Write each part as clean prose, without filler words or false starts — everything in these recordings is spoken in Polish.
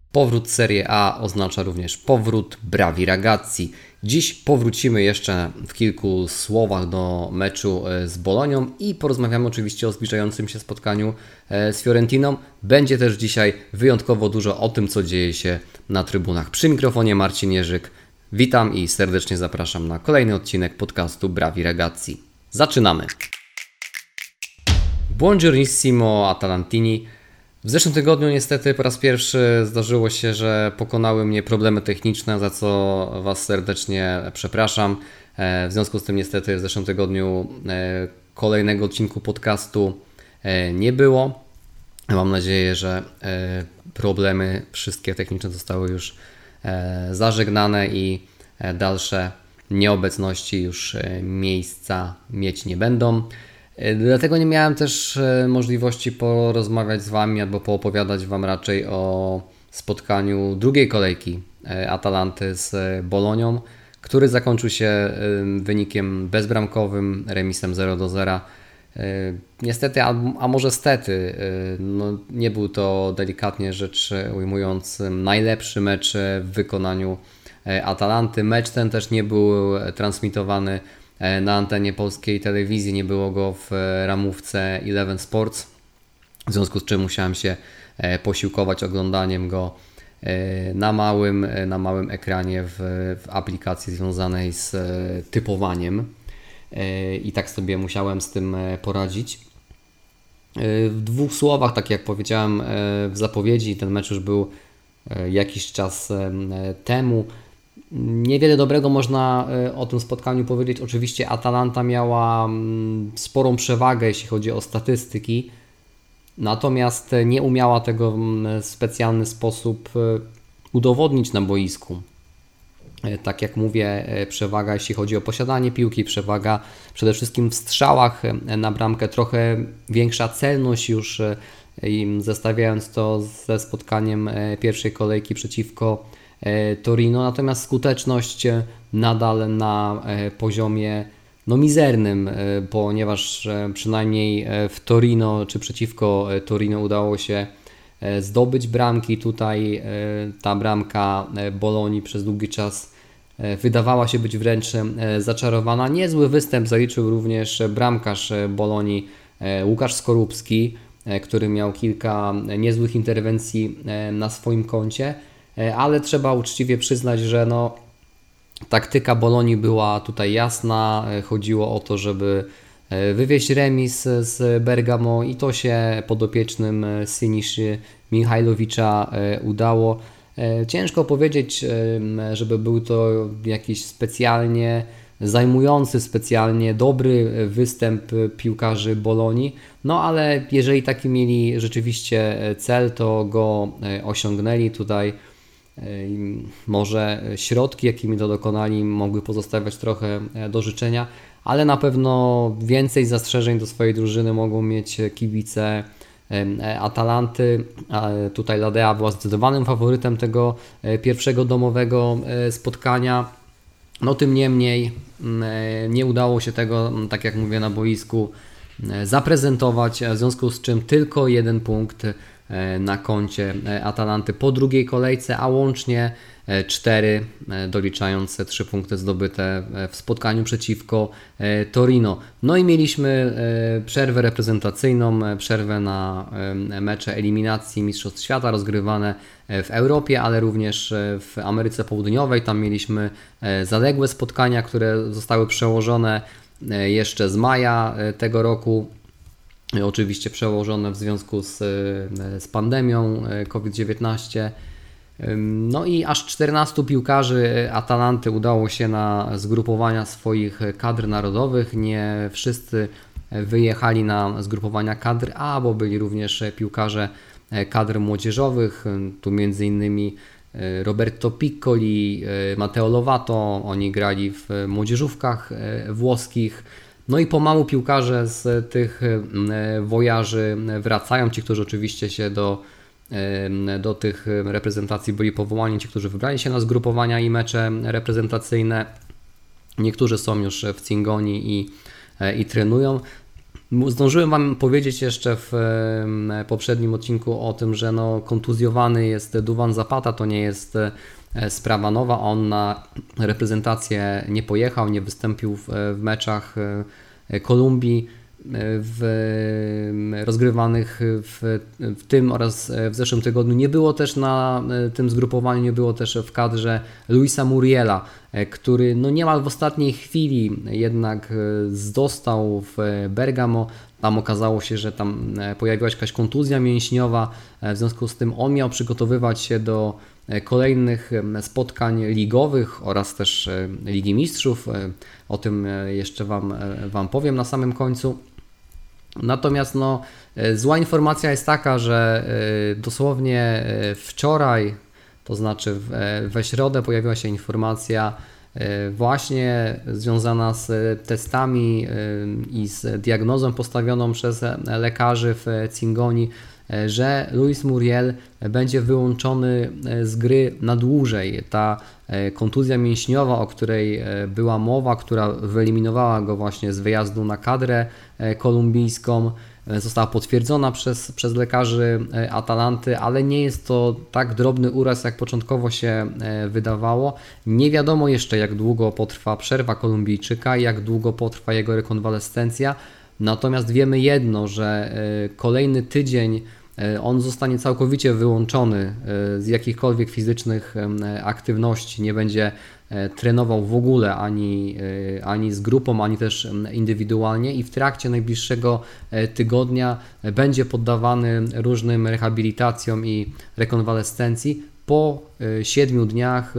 Powrót Serie A oznacza również powrót Bravi Ragazzi. Dziś powrócimy jeszcze w kilku słowach do meczu z Bolonią i porozmawiamy oczywiście o zbliżającym się spotkaniu z Fiorentiną. Będzie też dzisiaj wyjątkowo dużo o tym, co dzieje się na trybunach. Przy mikrofonie Marcin Jerzyk. Witam i serdecznie zapraszam na kolejny odcinek podcastu Bravi Ragazzi. Zaczynamy! Buongiornissimo Atalantini. W zeszłym tygodniu niestety po raz pierwszy zdarzyło się, że pokonały mnie problemy techniczne, za co Was serdecznie przepraszam. W związku z tym niestety w zeszłym tygodniu kolejnego odcinku podcastu nie było. Mam nadzieję, że problemy wszystkie techniczne zostały już zażegnane i dalsze nieobecności już miejsca mieć nie będą. Dlatego nie miałem też możliwości porozmawiać z Wami albo poopowiadać Wam raczej o spotkaniu drugiej kolejki Atalanty z Bolonią, który zakończył się wynikiem bezbramkowym, remisem 0-0. Niestety, a może stety, nie był to delikatnie rzecz ujmując najlepszy mecz w wykonaniu Atalanty. Mecz ten też nie był transmitowany na antenie polskiej telewizji, nie było go w ramówce Eleven Sports, w związku z czym musiałem się posiłkować oglądaniem go na małym ekranie w aplikacji związanej z typowaniem i tak sobie musiałem z tym poradzić. W dwóch słowach, tak jak powiedziałem w zapowiedzi, ten mecz już był jakiś czas temu. Niewiele dobrego można o tym spotkaniu powiedzieć. Oczywiście Atalanta miała sporą przewagę, jeśli chodzi o statystyki, natomiast nie umiała tego w specjalny sposób udowodnić na boisku. Tak jak mówię, przewaga jeśli chodzi o posiadanie piłki, przewaga przede wszystkim w strzałach na bramkę, trochę większa celność już, zestawiając to ze spotkaniem pierwszej kolejki przeciwko Torino, natomiast skuteczność nadal na poziomie mizernym, ponieważ przynajmniej w Torino czy przeciwko Torino udało się zdobyć bramki. Tutaj ta bramka Bolonii przez długi czas wydawała się być wręcz zaczarowana. Niezły występ zaliczył również bramkarz Bolonii Łukasz Skorupski, który miał kilka niezłych interwencji na swoim koncie. Ale trzeba uczciwie przyznać, że taktyka Bolonii była tutaj jasna. Chodziło o to, żeby wywieźć remis z Bergamo i to się podopiecznym Siniszy Mihajlowicza udało. Ciężko powiedzieć, żeby był to jakiś specjalnie zajmujący, specjalnie dobry występ piłkarzy Bolonii, ale jeżeli taki mieli rzeczywiście cel, to go osiągnęli. Tutaj może środki, jakimi to dokonali, mogły pozostawiać trochę do życzenia, ale na pewno więcej zastrzeżeń do swojej drużyny mogą mieć kibice Atalanty. Tutaj Ladea była zdecydowanym faworytem tego pierwszego domowego spotkania. Tym niemniej nie udało się tego, tak jak mówię, na boisku zaprezentować, w związku z czym tylko 1 punkt na koncie Atalanty po drugiej kolejce, a łącznie 4, doliczając 3 punkty zdobyte w spotkaniu przeciwko Torino. I mieliśmy przerwę reprezentacyjną, przerwę na mecze eliminacji Mistrzostw Świata rozgrywane w Europie, ale również w Ameryce Południowej. Tam mieliśmy zaległe spotkania, które zostały przełożone jeszcze z maja tego roku. Oczywiście przełożone w związku z pandemią COVID-19. I aż 14 piłkarzy Atalanty udało się na zgrupowania swoich kadr narodowych. Nie wszyscy wyjechali na zgrupowania kadr A, bo byli również piłkarze kadr młodzieżowych. Tu m.in. Roberto Piccoli, Matteo Lovato. Oni grali w młodzieżówkach włoskich. I pomału piłkarze z tych wojaży wracają. Ci, którzy oczywiście się do tych reprezentacji byli powołani, ci, którzy wybrali się na zgrupowania i mecze reprezentacyjne. Niektórzy są już w Cingoni i trenują. Zdążyłem Wam powiedzieć jeszcze w poprzednim odcinku o tym, że kontuzjowany jest Duvan Zapata, to nie jest sprawa nowa. On na reprezentację nie pojechał, nie wystąpił w meczach Kolumbii rozgrywanych w tym oraz w zeszłym tygodniu. Nie było też na tym zgrupowaniu, nie było też w kadrze Luisa Muriela, który niemal w ostatniej chwili jednak dostał w Bergamo. Tam okazało się, że tam pojawiła się jakaś kontuzja mięśniowa, w związku z tym on miał przygotowywać się do kolejnych spotkań ligowych oraz też Ligi Mistrzów. O tym jeszcze Wam powiem na samym końcu. Natomiast zła informacja jest taka, że dosłownie wczoraj, to znaczy we środę, pojawiła się informacja właśnie związana z testami i z diagnozą postawioną przez lekarzy w Cingoni, że Luis Muriel będzie wyłączony z gry na dłużej. Ta kontuzja mięśniowa, o której była mowa, która wyeliminowała go właśnie z wyjazdu na kadrę kolumbijską, została potwierdzona przez lekarzy Atalanty, ale nie jest to tak drobny uraz, jak początkowo się wydawało. Nie wiadomo jeszcze, jak długo potrwa przerwa Kolumbijczyka, jak długo potrwa jego rekonwalescencja. Natomiast wiemy jedno, że kolejny tydzień on zostanie całkowicie wyłączony z jakichkolwiek fizycznych aktywności, nie będzie trenował w ogóle ani z grupą, ani też indywidualnie i w trakcie najbliższego tygodnia będzie poddawany różnym rehabilitacjom i rekonwalescencji. Po 7 dniach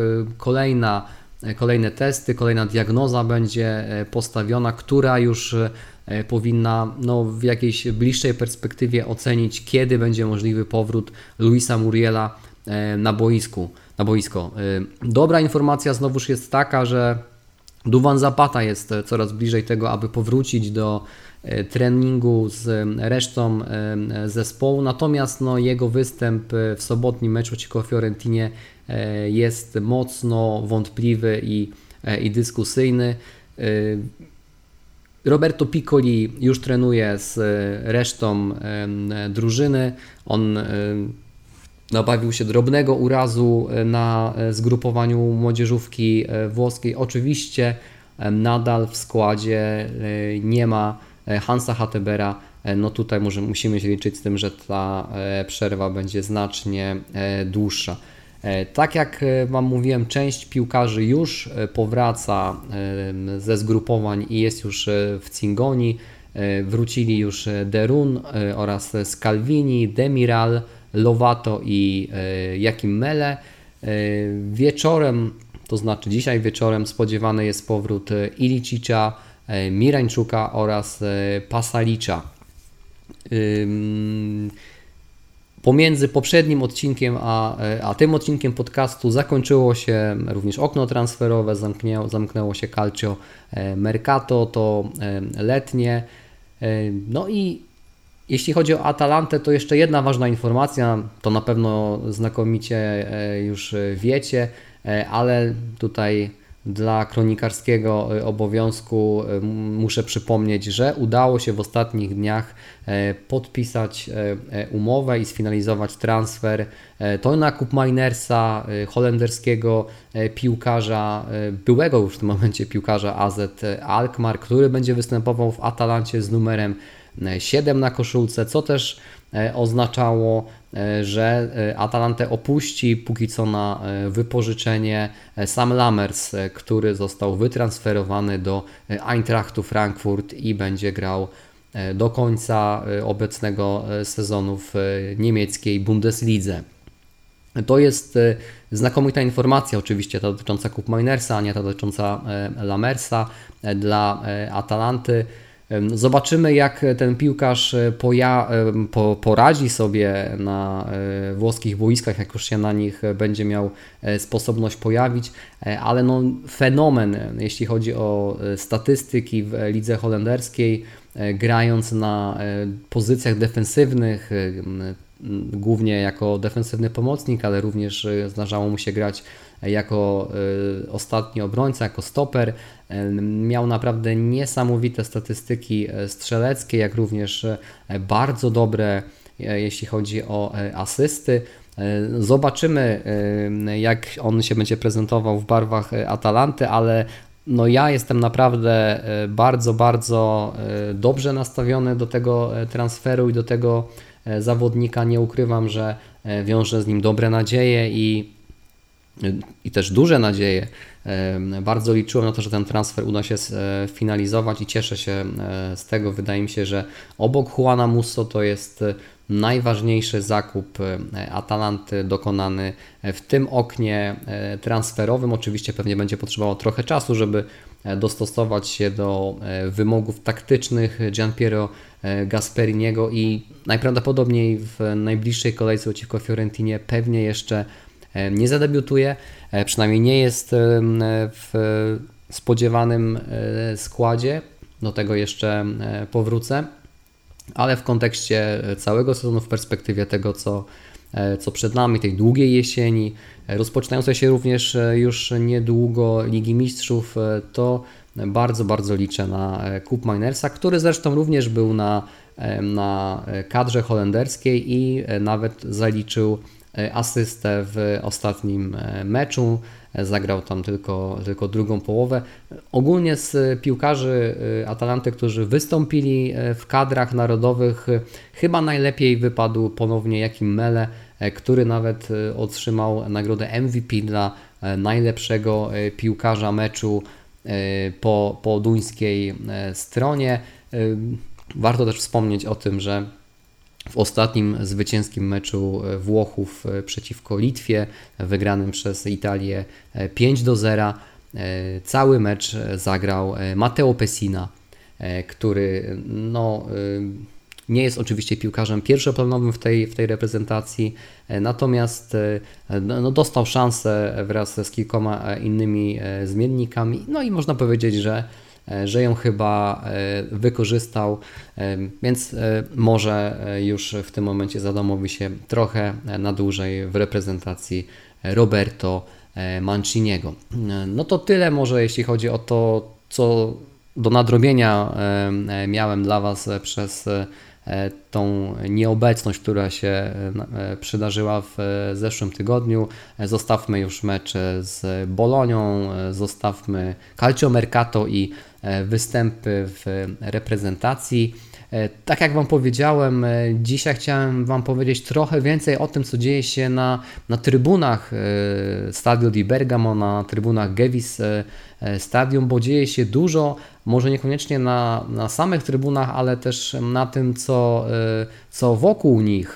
kolejne testy, kolejna diagnoza będzie postawiona, która już powinna w jakiejś bliższej perspektywie ocenić, kiedy będzie możliwy powrót Luisa Muriela na boisko. Dobra informacja znowuż jest taka, że Duvan Zapata jest coraz bliżej tego, aby powrócić do treningu z resztą zespołu, natomiast jego występ w sobotnim meczu przeciwko Fiorentinie jest mocno wątpliwy i dyskusyjny. Roberto Piccoli już trenuje z resztą drużyny. On nabawił się drobnego urazu na zgrupowaniu młodzieżówki włoskiej. Oczywiście nadal w składzie nie ma Hansa Hattebera. Tutaj musimy się liczyć z tym, że ta przerwa będzie znacznie dłuższa. Tak jak Wam mówiłem, część piłkarzy już powraca ze zgrupowań i jest już w Cingoni. Wrócili już Derun oraz Scalvini, Demiral, Lovato i Jakim Mele. Wieczorem, to znaczy dzisiaj wieczorem, spodziewany jest powrót Ilicicia, Mirańczuka oraz Pasalicza. Pomiędzy poprzednim odcinkiem a tym odcinkiem podcastu zakończyło się również okno transferowe, zamknęło się Calcio Mercato, to letnie. I jeśli chodzi o Atalantę, to jeszcze jedna ważna informacja, to na pewno znakomicie już wiecie, ale tutaj dla kronikarskiego obowiązku muszę przypomnieć, że udało się w ostatnich dniach podpisać umowę i sfinalizować transfer Toina Koopmeinersa, holenderskiego piłkarza, byłego już w tym momencie piłkarza AZ Alkmaar, który będzie występował w Atalancie z numerem 7 na koszulce, co też oznaczało, że Atalantę opuści póki co na wypożyczenie Sam Lammers, który został wytransferowany do Eintrachtu Frankfurt i będzie grał do końca obecnego sezonu w niemieckiej Bundeslidze. To jest znakomita informacja, oczywiście ta dotycząca Koopmeinersa, a nie ta dotycząca Lammersa dla Atalanty. Zobaczymy, jak ten piłkarz poradzi sobie na włoskich boiskach, jak już się na nich będzie miał sposobność pojawić, ale fenomen, jeśli chodzi o statystyki w lidze holenderskiej, grając na pozycjach defensywnych, głównie jako defensywny pomocnik, ale również zdarzało mu się grać jako ostatni obrońca, jako stoper. Miał naprawdę niesamowite statystyki strzeleckie, jak również bardzo dobre, jeśli chodzi o asysty. Zobaczymy, jak on się będzie prezentował w barwach Atalanty, ale no ja jestem naprawdę bardzo, bardzo dobrze nastawiony do tego transferu i do tego zawodnika. Nie ukrywam, że wiążę z nim dobre nadzieje i też duże nadzieje. Bardzo liczyłem na to, że ten transfer uda się finalizować i cieszę się z tego. Wydaje mi się, że obok Juana Musso to jest najważniejszy zakup Atalanty dokonany w tym oknie transferowym. Oczywiście pewnie będzie potrzebowało trochę czasu, żeby dostosować się do wymogów taktycznych Gianpiero Gasperiniego i najprawdopodobniej w najbliższej kolejce przeciwko Fiorentinie pewnie jeszcze nie zadebiutuje, przynajmniej nie jest w spodziewanym składzie, do tego jeszcze powrócę, ale w kontekście całego sezonu, w perspektywie tego, co przed nami, tej długiej jesieni, rozpoczynającej się również już niedługo Ligi Mistrzów, to bardzo, bardzo liczę na Koop Mainersa, który zresztą również był na kadrze holenderskiej i nawet zaliczył asystę w ostatnim meczu. Zagrał tam tylko drugą połowę. Ogólnie z piłkarzy Atalanty, którzy wystąpili w kadrach narodowych, chyba najlepiej wypadł ponownie Jakim Mele, który nawet otrzymał nagrodę MVP dla najlepszego piłkarza meczu po duńskiej stronie. Warto też wspomnieć o tym, że w ostatnim zwycięskim meczu Włochów przeciwko Litwie, wygranym przez Italię 5-0, cały mecz zagrał Matteo Pessina, który nie jest oczywiście piłkarzem pierwszoplanowym w tej reprezentacji, natomiast dostał szansę wraz z kilkoma innymi zmiennikami, no i można powiedzieć, że ją chyba wykorzystał, więc może już w tym momencie zadomowi się trochę na dłużej w reprezentacji Roberto Manciniego. No to tyle może, jeśli chodzi o to, co do nadrobienia miałem dla Was przez tą nieobecność, która się przydarzyła w zeszłym tygodniu. Zostawmy już mecz z Bolonią, zostawmy Calciomercato i występy w reprezentacji. Tak jak Wam powiedziałem, dzisiaj chciałem Wam powiedzieć trochę więcej o tym, co dzieje się na trybunach Stadio di Bergamo, na trybunach Gevis Stadium, bo dzieje się dużo, może niekoniecznie na samych trybunach, ale też na tym, co wokół nich.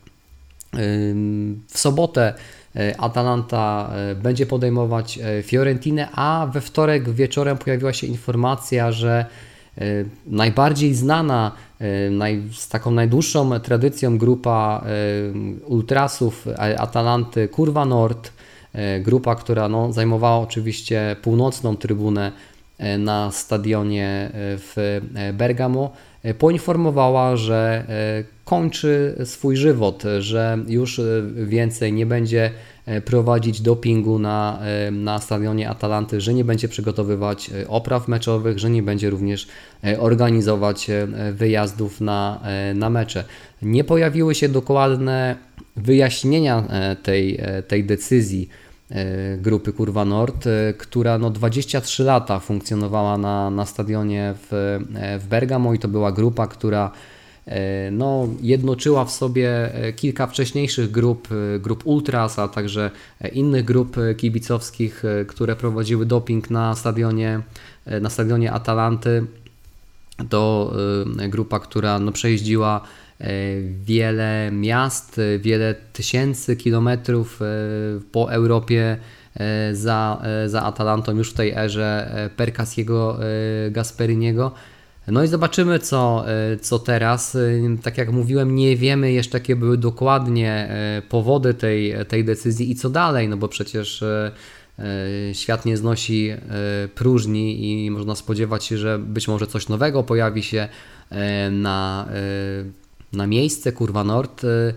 W sobotę Atalanta będzie podejmować Fiorentinę, a we wtorek wieczorem pojawiła się informacja, że najbardziej znana, z taką najdłuższą tradycją grupa ultrasów Atalanty Curva Nord, grupa, która zajmowała oczywiście północną trybunę na stadionie w Bergamo, poinformowała, że kończy swój żywot, że już więcej nie będzie prowadzić dopingu na stadionie Atalanty, że nie będzie przygotowywać opraw meczowych, że nie będzie również organizować wyjazdów na mecze. Nie pojawiły się dokładne wyjaśnienia tej decyzji grupy Curva Nord, która 23 lata funkcjonowała na stadionie w Bergamo i to była grupa, która jednoczyła w sobie kilka wcześniejszych grup ultras, a także innych grup kibicowskich, które prowadziły doping na stadionie Atalanty. To grupa, która przejeździła wiele miast, wiele tysięcy kilometrów po Europie za Atalantą już w tej erze Percasiego Gasperiniego. No i zobaczymy, co teraz. Tak jak mówiłem, nie wiemy jeszcze, jakie były dokładnie powody tej decyzji i co dalej, no bo przecież świat nie znosi próżni i można spodziewać się, że być może coś nowego pojawi się na miejsce Curva Nord.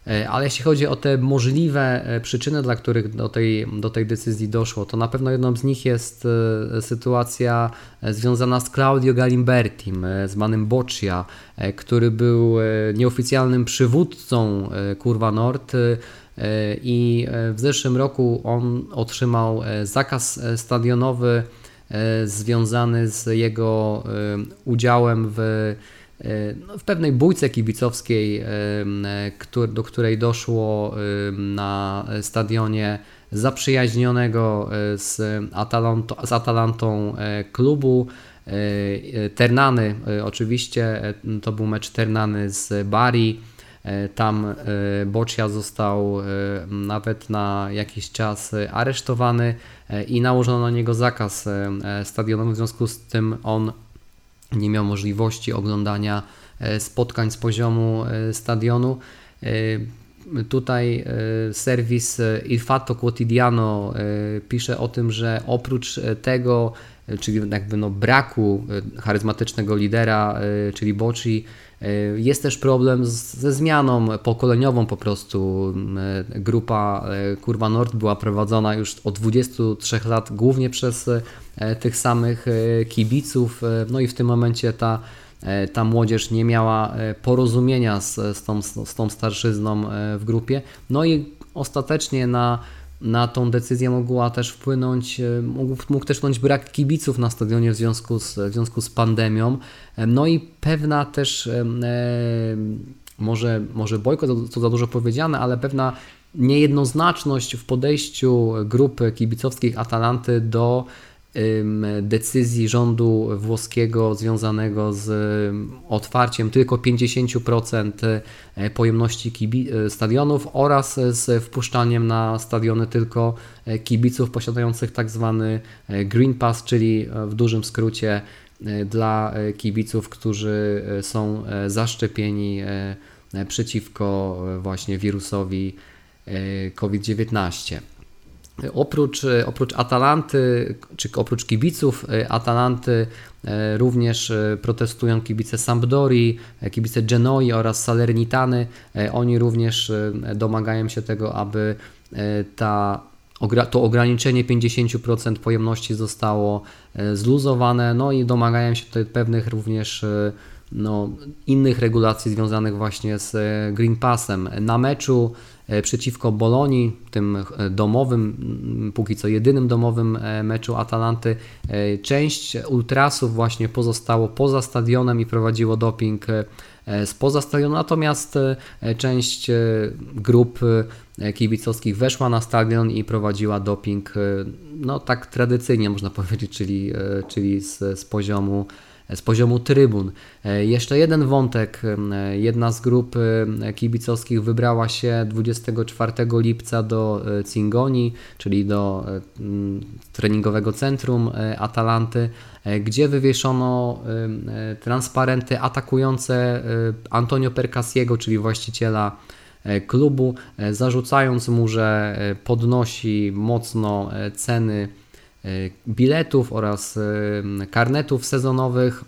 Ale jeśli chodzi o te możliwe przyczyny, dla których do tej decyzji doszło, to na pewno jedną z nich jest sytuacja związana z Claudio Galimbertim, z Manem Boccia, który był nieoficjalnym przywódcą Curva Nord i w zeszłym roku on otrzymał zakaz stadionowy związany z jego udziałem w pewnej bójce kibicowskiej, do której doszło na stadionie zaprzyjaźnionego z Atalantą klubu. Ternany, oczywiście to był mecz Ternany z Bari. Tam Boccia został nawet na jakiś czas aresztowany i nałożono na niego zakaz stadionowy, w związku z tym on nie miał możliwości oglądania spotkań z poziomu stadionu. Tutaj serwis Il Fatto Quotidiano pisze o tym, że oprócz tego, czyli jakby braku charyzmatycznego lidera, czyli Bocci, jest też problem ze zmianą pokoleniową po prostu. Grupa Curva Nord była prowadzona już od 23 lat głównie przez tych samych kibiców, no i w tym momencie ta młodzież nie miała porozumienia z tą starszyzną w grupie. No i ostatecznie na tą decyzję mógł też wpłynąć brak kibiców na stadionie w związku z pandemią. No i pewna też, może bojkot to za dużo powiedziane, ale pewna niejednoznaczność w podejściu grupy kibicowskich Atalanty do decyzji rządu włoskiego związanego z otwarciem tylko 50% pojemności stadionów oraz z wpuszczaniem na stadiony tylko kibiców posiadających tak zwany Green Pass, czyli w dużym skrócie dla kibiców, którzy są zaszczepieni przeciwko właśnie wirusowi COVID-19. Oprócz Atalanty, czy oprócz kibiców Atalanty również protestują kibice Sampdorii, kibice Genoi oraz Salernitany. Oni również domagają się tego, aby to ograniczenie 50% pojemności zostało zluzowane, no i domagają się tutaj pewnych również innych regulacji związanych właśnie z Green Passem. Na meczu przeciwko Bolonii, tym domowym, póki co jedynym domowym meczu Atalanty, część ultrasów właśnie pozostało poza stadionem i prowadziło doping spoza stadionu, natomiast część grup kibicowskich weszła na stadion i prowadziła doping, tak tradycyjnie można powiedzieć, czyli z poziomu trybun. Jeszcze jeden wątek. Jedna z grup kibicowskich wybrała się 24 lipca do Cingoni, czyli do treningowego centrum Atalanty, gdzie wywieszono transparenty atakujące Antonio Percassiego, czyli właściciela klubu, zarzucając mu, że podnosi mocno ceny biletów oraz karnetów sezonowych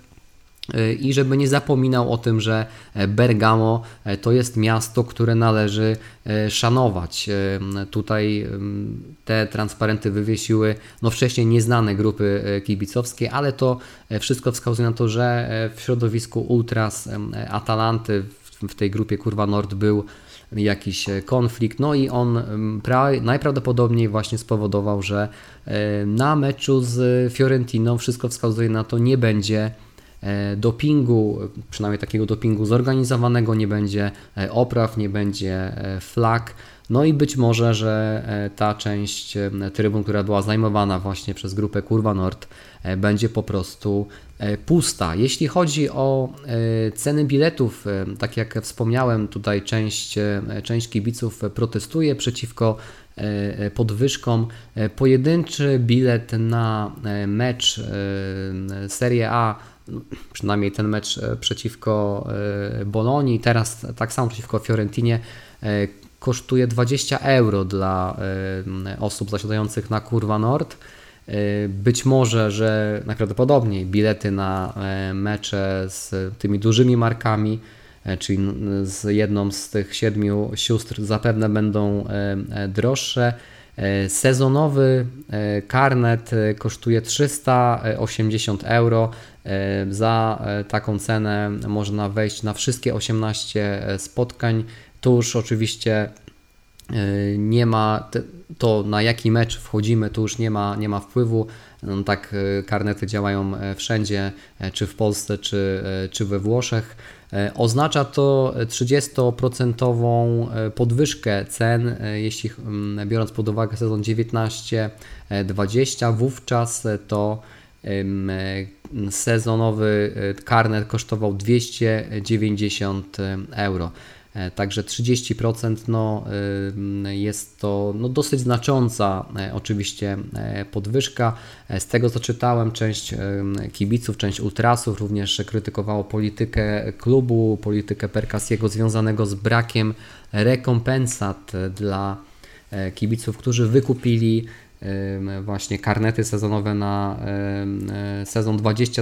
i żeby nie zapominał o tym, że Bergamo to jest miasto, które należy szanować. Tutaj te transparenty wywiesiły wcześniej nieznane grupy kibicowskie, ale to wszystko wskazuje na to, że w środowisku ultras Atalanty w tej grupie Curva Nord był jakiś konflikt, no i on najprawdopodobniej właśnie spowodował, że na meczu z Fiorentiną wszystko wskazuje na to, nie będzie dopingu, przynajmniej takiego dopingu zorganizowanego, nie będzie opraw, nie będzie flag, no i być może, że ta część trybun, która była zajmowana właśnie przez grupę Curva Nord, będzie po prostu pusta. Jeśli chodzi o ceny biletów, tak jak wspomniałem, tutaj część kibiców protestuje przeciwko podwyżkom. Pojedynczy bilet na mecz Serie A, przynajmniej ten mecz przeciwko Bolonii, teraz tak samo przeciwko Fiorentinie, kosztuje 20 euro dla osób zasiadających na Curva Nord. Być może, że najprawdopodobniej bilety na mecze z tymi dużymi markami czyli z jedną z tych 7 sióstr zapewne będą droższe. Sezonowy karnet kosztuje 380 euro. Za taką cenę można wejść na wszystkie 18 spotkań. Tu już oczywiście nie ma to, na jaki mecz wchodzimy, tu już nie ma wpływu. No, tak karnety działają wszędzie, czy w Polsce, czy we Włoszech. Oznacza to 30% podwyżkę cen, jeśli biorąc pod uwagę sezon 19-20, wówczas to sezonowy karnet kosztował 290 euro. Także 30% jest to dosyć znacząca oczywiście podwyżka. Z tego co czytałem, część kibiców, część ultrasów również krytykowało politykę klubu, politykę Percassiego związanego z brakiem rekompensat dla kibiców, którzy wykupili właśnie karnety sezonowe na sezon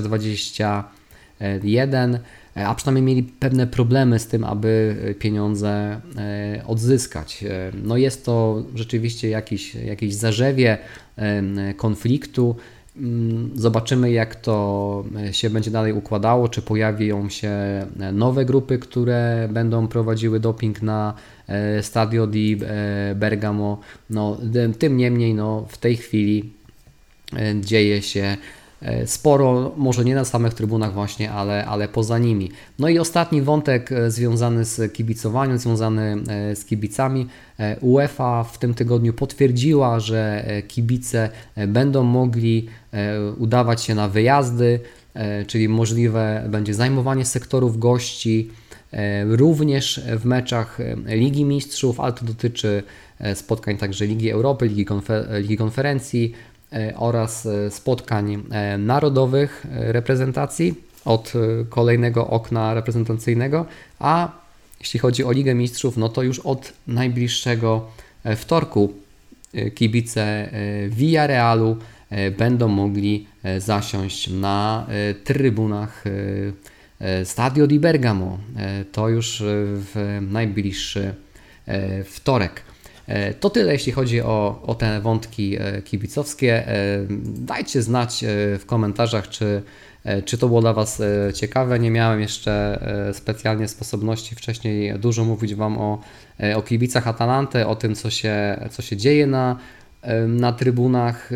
2021, a przynajmniej mieli pewne problemy z tym, aby pieniądze odzyskać. No jest to rzeczywiście jakieś zarzewie konfliktu. Zobaczymy, jak to się będzie dalej układało, czy pojawią się nowe grupy, które będą prowadziły doping na Stadio di Bergamo. Tym niemniej w tej chwili dzieje się sporo, może nie na samych trybunach właśnie, ale poza nimi. No i ostatni wątek związany z kibicowaniem, związany z kibicami. UEFA w tym tygodniu potwierdziła, że kibice będą mogli udawać się na wyjazdy, czyli możliwe będzie zajmowanie sektorów gości, również w meczach Ligi Mistrzów, ale to dotyczy spotkań także Ligi Europy, Ligi Konferencji oraz spotkań narodowych reprezentacji od kolejnego okna reprezentacyjnego, a jeśli chodzi o Ligę Mistrzów, no to już od najbliższego wtorku kibice Villarealu będą mogli zasiąść na trybunach Stadio di Bergamo. To już w najbliższy wtorek. To tyle, jeśli chodzi o te wątki kibicowskie. Dajcie znać w komentarzach, czy to było dla Was ciekawe. Nie miałem jeszcze specjalnie sposobności wcześniej dużo mówić Wam o kibicach Atalanty, o tym, co się dzieje na trybunach.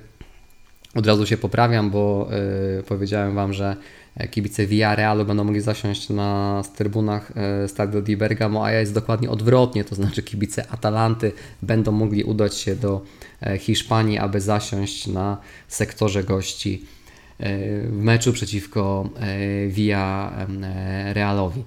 Od razu się poprawiam, bo powiedziałem Wam, że kibice Villarealu będą mogli zasiąść na trybunach Stadio di Bergamo, a jest dokładnie odwrotnie, to znaczy kibice Atalanty będą mogli udać się do Hiszpanii, aby zasiąść na sektorze gości w meczu przeciwko Villarealowi.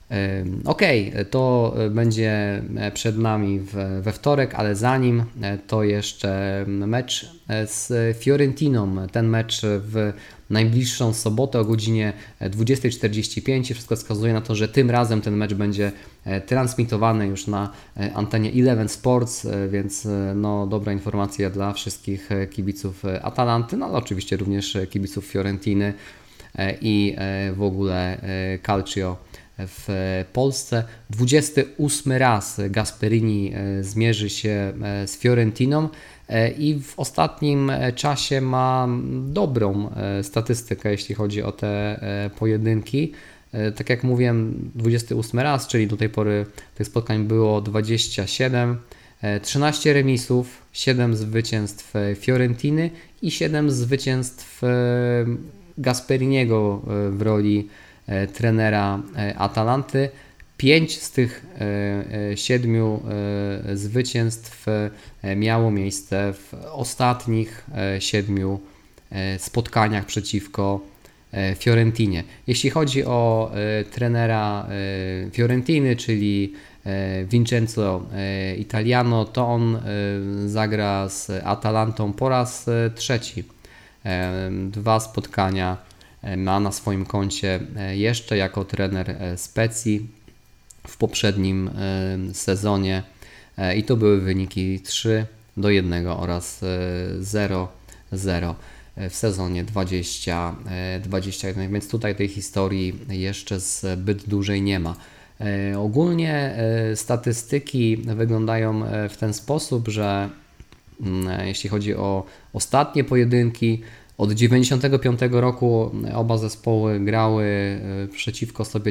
To będzie przed nami we wtorek, ale zanim to jeszcze mecz z Fiorentiną. Ten mecz w najbliższą sobotę o godzinie 20:45. Wszystko wskazuje na to, że tym razem ten mecz będzie transmitowany już na antenie Eleven Sports, więc dobra informacja dla wszystkich kibiców Atalanty, ale oczywiście również kibiców Fiorentiny i w ogóle Calcio w Polsce. 28 raz Gasperini zmierzy się z Fiorentiną i w ostatnim czasie ma dobrą statystykę, jeśli chodzi o te pojedynki. Tak jak mówiłem, 28 raz, czyli do tej pory tych spotkań było 27, 13 remisów, 7 zwycięstw Fiorentiny i 7 zwycięstw Gasperiniego w roli trenera Atalanty. 5 z tych 7 zwycięstw miało miejsce w ostatnich 7 spotkaniach przeciwko Fiorentinie. Jeśli chodzi o trenera Fiorentiny, czyli Vincenzo Italiano, to on zagra z Atalantą po raz 3. 2 spotkania ma na swoim koncie jeszcze jako trener Specji w poprzednim sezonie i to były wyniki 3-1 oraz 0-0 w sezonie 2021, więc tutaj tej historii jeszcze zbyt dużej nie ma. Ogólnie statystyki wyglądają w ten sposób, że jeśli chodzi o ostatnie pojedynki, od 1995 roku oba zespoły grały przeciwko sobie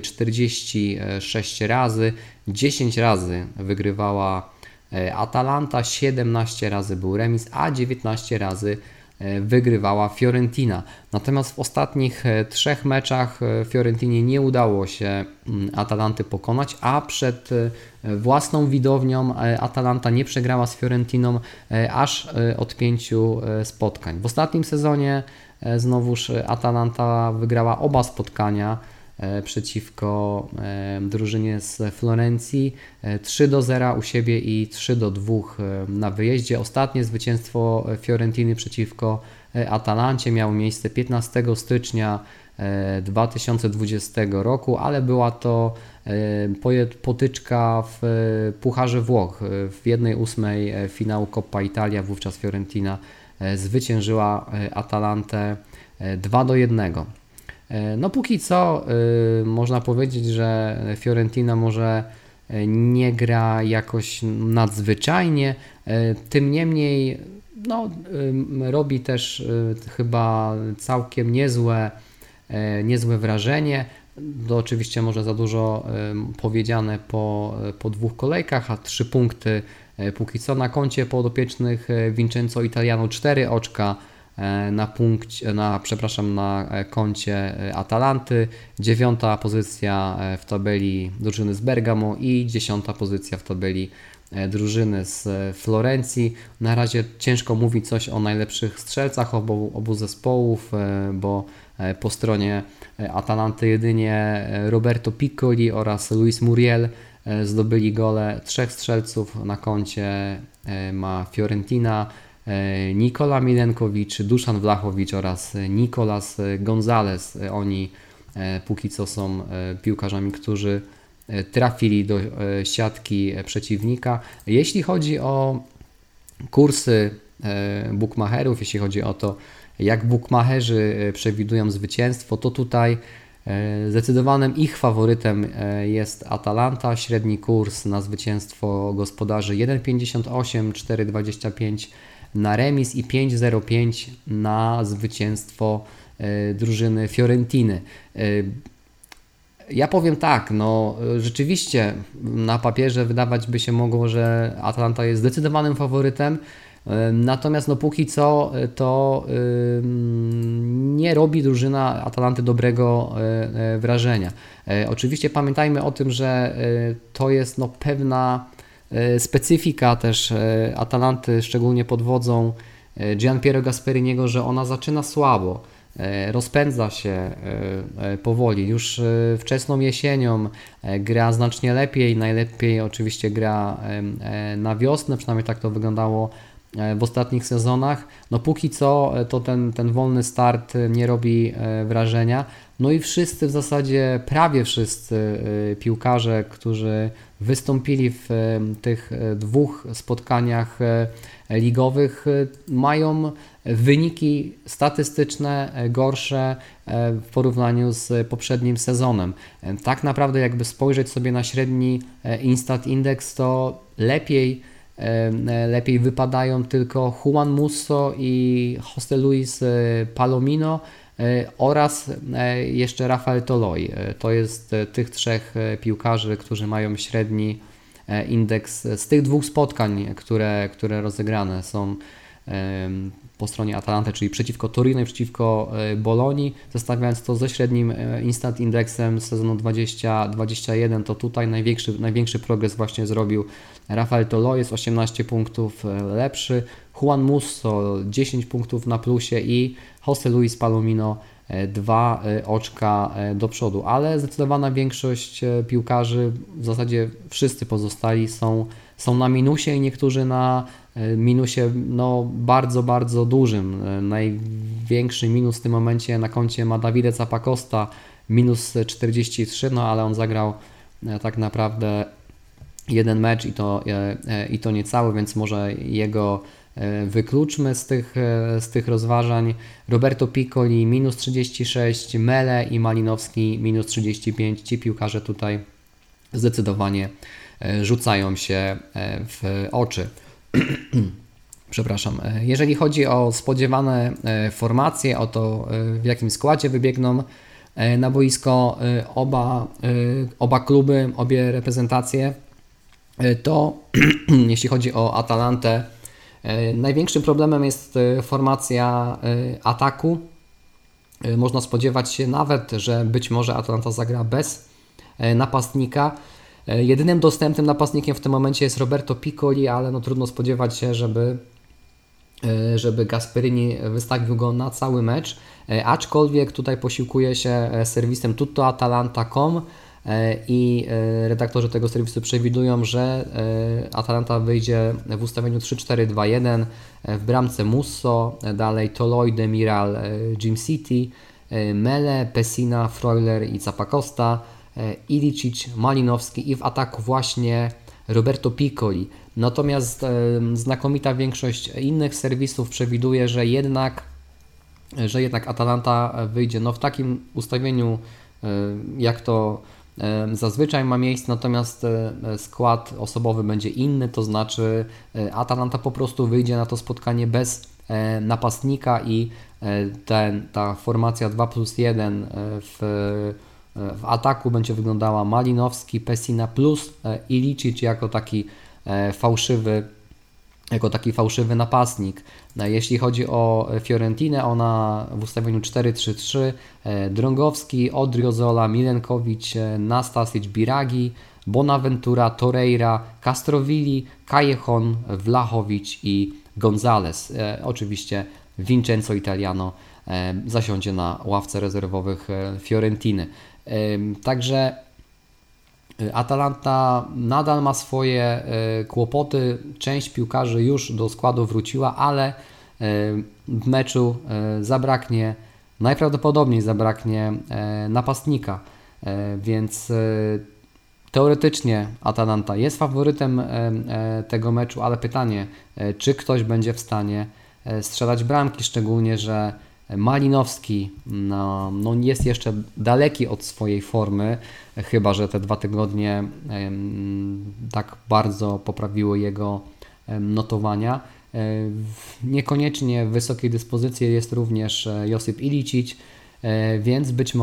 46 razy, 10 razy wygrywała Atalanta, 17 razy był remis, a 19 razy wygrywała Fiorentina. Natomiast w ostatnich 3 meczach Fiorentinie nie udało się Atalanty pokonać, a przed własną widownią Atalanta nie przegrała z Fiorentiną aż od 5 spotkań. W ostatnim sezonie znowuż Atalanta wygrała oba spotkania przeciwko drużynie z Florencji, 3-0 u siebie i 3-2 na wyjeździe. Ostatnie zwycięstwo Fiorentiny przeciwko Atalancie miało miejsce 15 stycznia 2020 roku, ale była to potyczka w Pucharze Włoch w 1/8 finału Coppa Italia. Wówczas Fiorentina zwyciężyła Atalantę 2-1. No póki co można powiedzieć, że Fiorentina może nie gra jakoś nadzwyczajnie, tym niemniej no, robi też chyba całkiem niezłe wrażenie. To oczywiście może za dużo powiedziane po 2 kolejkach, a 3 punkty póki co na koncie podopiecznych Vincenzo Italiano, 4 oczka na koncie Atalanty, 9. pozycja w tabeli drużyny z Bergamo i 10. pozycja w tabeli drużyny z Florencji. Na razie ciężko mówić coś o najlepszych strzelcach obu zespołów, bo po stronie Atalanty jedynie Roberto Piccoli oraz Luis Muriel zdobyli gole. 3 strzelców na koncie ma Fiorentina: Nikola Milenkowicz, Duszan Vlahovic oraz Nicolas Gonzalez. Oni póki co są piłkarzami, którzy trafili do siatki przeciwnika. Jeśli chodzi o kursy bookmacherów, jeśli chodzi o to, jak bookmacherzy przewidują zwycięstwo, to tutaj zdecydowanym ich faworytem jest Atalanta. Średni kurs na zwycięstwo gospodarzy 1,58, 4,25 na remis i 5,05 na zwycięstwo drużyny Fiorentiny. Ja powiem tak, no rzeczywiście na papierze wydawać by się mogło, że Atalanta jest zdecydowanym faworytem, natomiast no póki co to nie robi drużyna Atalanty dobrego wrażenia. Oczywiście pamiętajmy o tym, że to jest no pewna specyfika też Atalanty, szczególnie pod wodzą Gianpiero Gasperiniego, że ona zaczyna słabo, rozpędza się powoli. Już wczesną jesienią gra znacznie lepiej, najlepiej oczywiście gra na wiosnę, przynajmniej tak to wyglądało w ostatnich sezonach. No póki co to ten wolny start nie robi wrażenia. No i wszyscy w zasadzie, prawie wszyscy piłkarze, którzy wystąpili w tych 2 spotkaniach ligowych, mają wyniki statystyczne gorsze w porównaniu z poprzednim sezonem. Tak naprawdę jakby spojrzeć sobie na średni Instat Index, to lepiej wypadają tylko Juan Musso i José Luis Palomino oraz jeszcze Rafael Toloi. To jest tych 3 piłkarzy, którzy mają średni indeks z tych 2 spotkań, które rozegrane są po stronie Atalanty, czyli przeciwko Torino i przeciwko Bolonii. Zestawiając to ze średnim Instant Indexem z sezonu 2021, to tutaj największy progres właśnie zrobił Rafael Toloi, jest 18 punktów lepszy, Juan Musso 10 punktów na plusie i José Luis Palomino 2 oczka do przodu, ale zdecydowana większość piłkarzy, w zasadzie wszyscy pozostali są na minusie i niektórzy na minusie no bardzo, bardzo dużym. Największy minus w tym momencie na koncie ma Davide Zappacosta, minus 43, no ale on zagrał tak naprawdę 1 mecz i to niecały, więc może jego wykluczmy z tych rozważań. Roberto Piccoli minus 36, Mele i Malinowski minus 35. Ci piłkarze tutaj zdecydowanie rzucają się w oczy. Przepraszam. Jeżeli chodzi o spodziewane formacje, o to w jakim składzie wybiegną na boisko oba kluby, obie reprezentacje, to jeśli chodzi o Atalantę, największym problemem jest formacja ataku. Można spodziewać się nawet, że być może Atalanta zagra bez napastnika. Jedynym dostępnym napastnikiem w tym momencie jest Roberto Piccoli, ale trudno spodziewać się, żeby Gasperini wystawił go na cały mecz. Aczkolwiek tutaj posiłkuje się serwisem tuttoatalanta.com i redaktorzy tego serwisu przewidują, że Atalanta wyjdzie w ustawieniu 3-4-2-1, w bramce Musso, dalej Toloi, Demiral, Jim City, Mele, Pessina, Freuler i Zappacosta, Ilicic, Malinowski i w ataku właśnie Roberto Piccoli. Natomiast znakomita większość innych serwisów przewiduje, że jednak Atalanta wyjdzie w takim ustawieniu, jak to zazwyczaj ma miejsce, natomiast skład osobowy będzie inny, to znaczy Atalanta po prostu wyjdzie na to spotkanie bez napastnika i ta formacja 2+1 w ataku będzie wyglądała Malinowski, Pessina plus Ilicic jako taki fałszywy napastnik. Jeśli chodzi o Fiorentinę, ona w ustawieniu 4-3-3, Drągowski, Odriozola, Milenkowicz, Nastasic, Biragi, Bonaventura, Torreira, Castrovilli, Callejon, Vlahovic i Gonzalez. Oczywiście Vincenzo Italiano zasiądzie na ławce rezerwowych Fiorentiny. Także Atalanta nadal ma swoje kłopoty. Część piłkarzy już do składu wróciła, ale w meczu najprawdopodobniej zabraknie napastnika. Więc teoretycznie Atalanta jest faworytem tego meczu, ale pytanie, czy ktoś będzie w stanie strzelać bramki, szczególnie, że Malinowski jest jeszcze daleki od swojej formy, chyba że te 2 tygodnie tak bardzo poprawiły jego notowania. Niekoniecznie w wysokiej dyspozycji jest również Josip Ilicic, więc być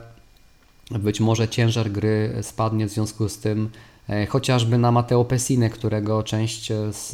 może ciężar gry spadnie w związku z tym chociażby na Matteo Pessinę, którego część z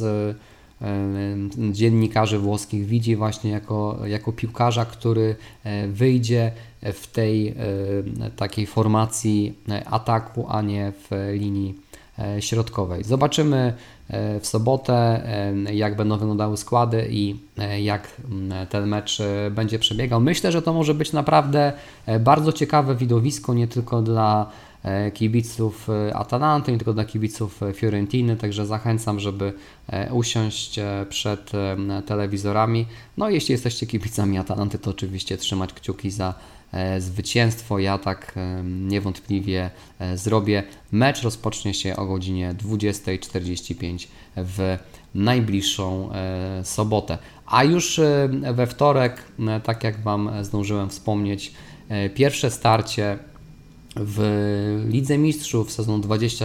dziennikarzy włoskich widzi właśnie jako piłkarza, który wyjdzie w tej takiej formacji ataku, a nie w linii środkowej. Zobaczymy w sobotę, jak będą wyglądały składy i jak ten mecz będzie przebiegał. Myślę, że to może być naprawdę bardzo ciekawe widowisko, nie tylko dla kibiców Atalanty, nie tylko dla kibiców Fiorentiny, także zachęcam, żeby usiąść przed telewizorami. Jeśli jesteście kibicami Atalanty, to oczywiście trzymać kciuki za zwycięstwo. Ja tak niewątpliwie zrobię. Mecz rozpocznie się o godzinie 20:45 w najbliższą sobotę. A już we wtorek, tak jak Wam zdążyłem wspomnieć, pierwsze starcie w Lidze Mistrzów sezon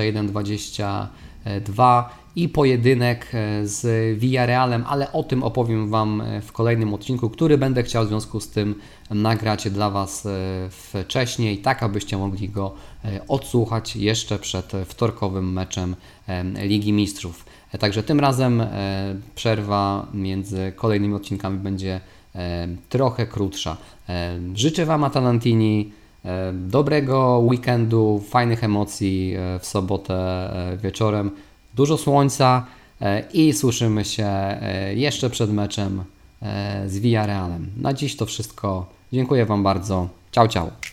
21-22 i pojedynek z Villarrealem, ale o tym opowiem Wam w kolejnym odcinku, który będę chciał w związku z tym nagrać dla Was wcześniej, tak abyście mogli go odsłuchać jeszcze przed wtorkowym meczem Ligi Mistrzów. Także tym razem przerwa między kolejnymi odcinkami będzie trochę krótsza. Życzę Wam, Atalantini, dobrego weekendu, fajnych emocji w sobotę wieczorem, dużo słońca i słyszymy się jeszcze przed meczem z Villarrealem. Na dziś to wszystko. Dziękuję Wam bardzo. Ciao, ciao.